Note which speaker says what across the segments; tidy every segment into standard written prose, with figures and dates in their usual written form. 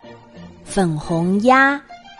Speaker 1: 粉红鸭。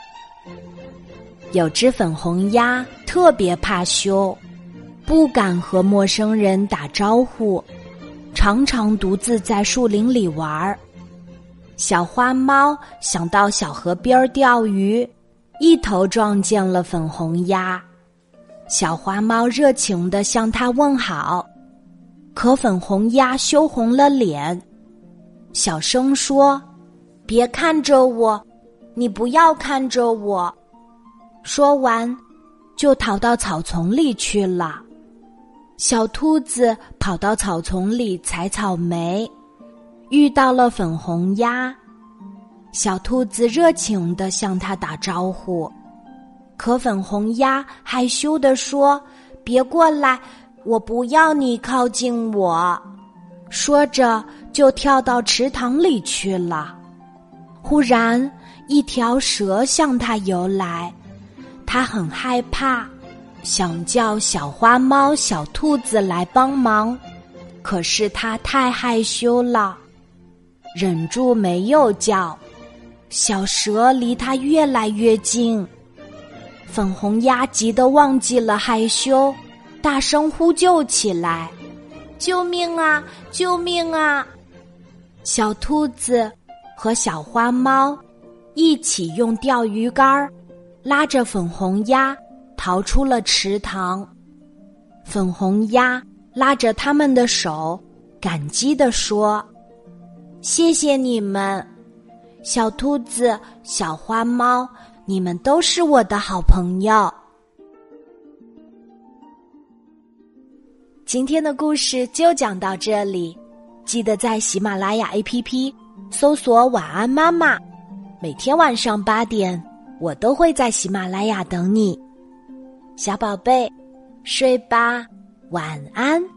Speaker 1: 有只粉红鸭特别怕羞，不敢和陌生人打招呼，常常独自在树林里玩。小花猫想到小河边钓鱼，一头撞见了粉红鸭。小花猫热情地向它问好，可粉红鸭羞红了脸，小声说：“别看着我，你不要看着我。”说完，就逃到草丛里去了。小兔子跑到草丛里采草莓，遇到了粉红鸭。小兔子热情地向它打招呼，可粉红鸭害羞地说：“别过来，我不要你靠近我。”说着就跳到池塘里去了。忽然，一条蛇向它游来，它很害怕，想叫小花猫、小兔子来帮忙，可是它太害羞了，忍住没有叫。小蛇离它越来越近，粉红鸭急得忘记了害羞，大声呼救起来：“救命啊！救命啊！”小兔子和小花猫一起用钓鱼竿拉着粉红鸭逃出了池塘。粉红鸭拉着他们的手，感激地说：“谢谢你们，小兔子、小花猫，你们都是我的好朋友。”今天的故事就讲到这里，记得在喜马拉雅 APP 搜索晚安妈妈，每天晚上8点，我都会在喜马拉雅等你。小宝贝，睡吧，晚安。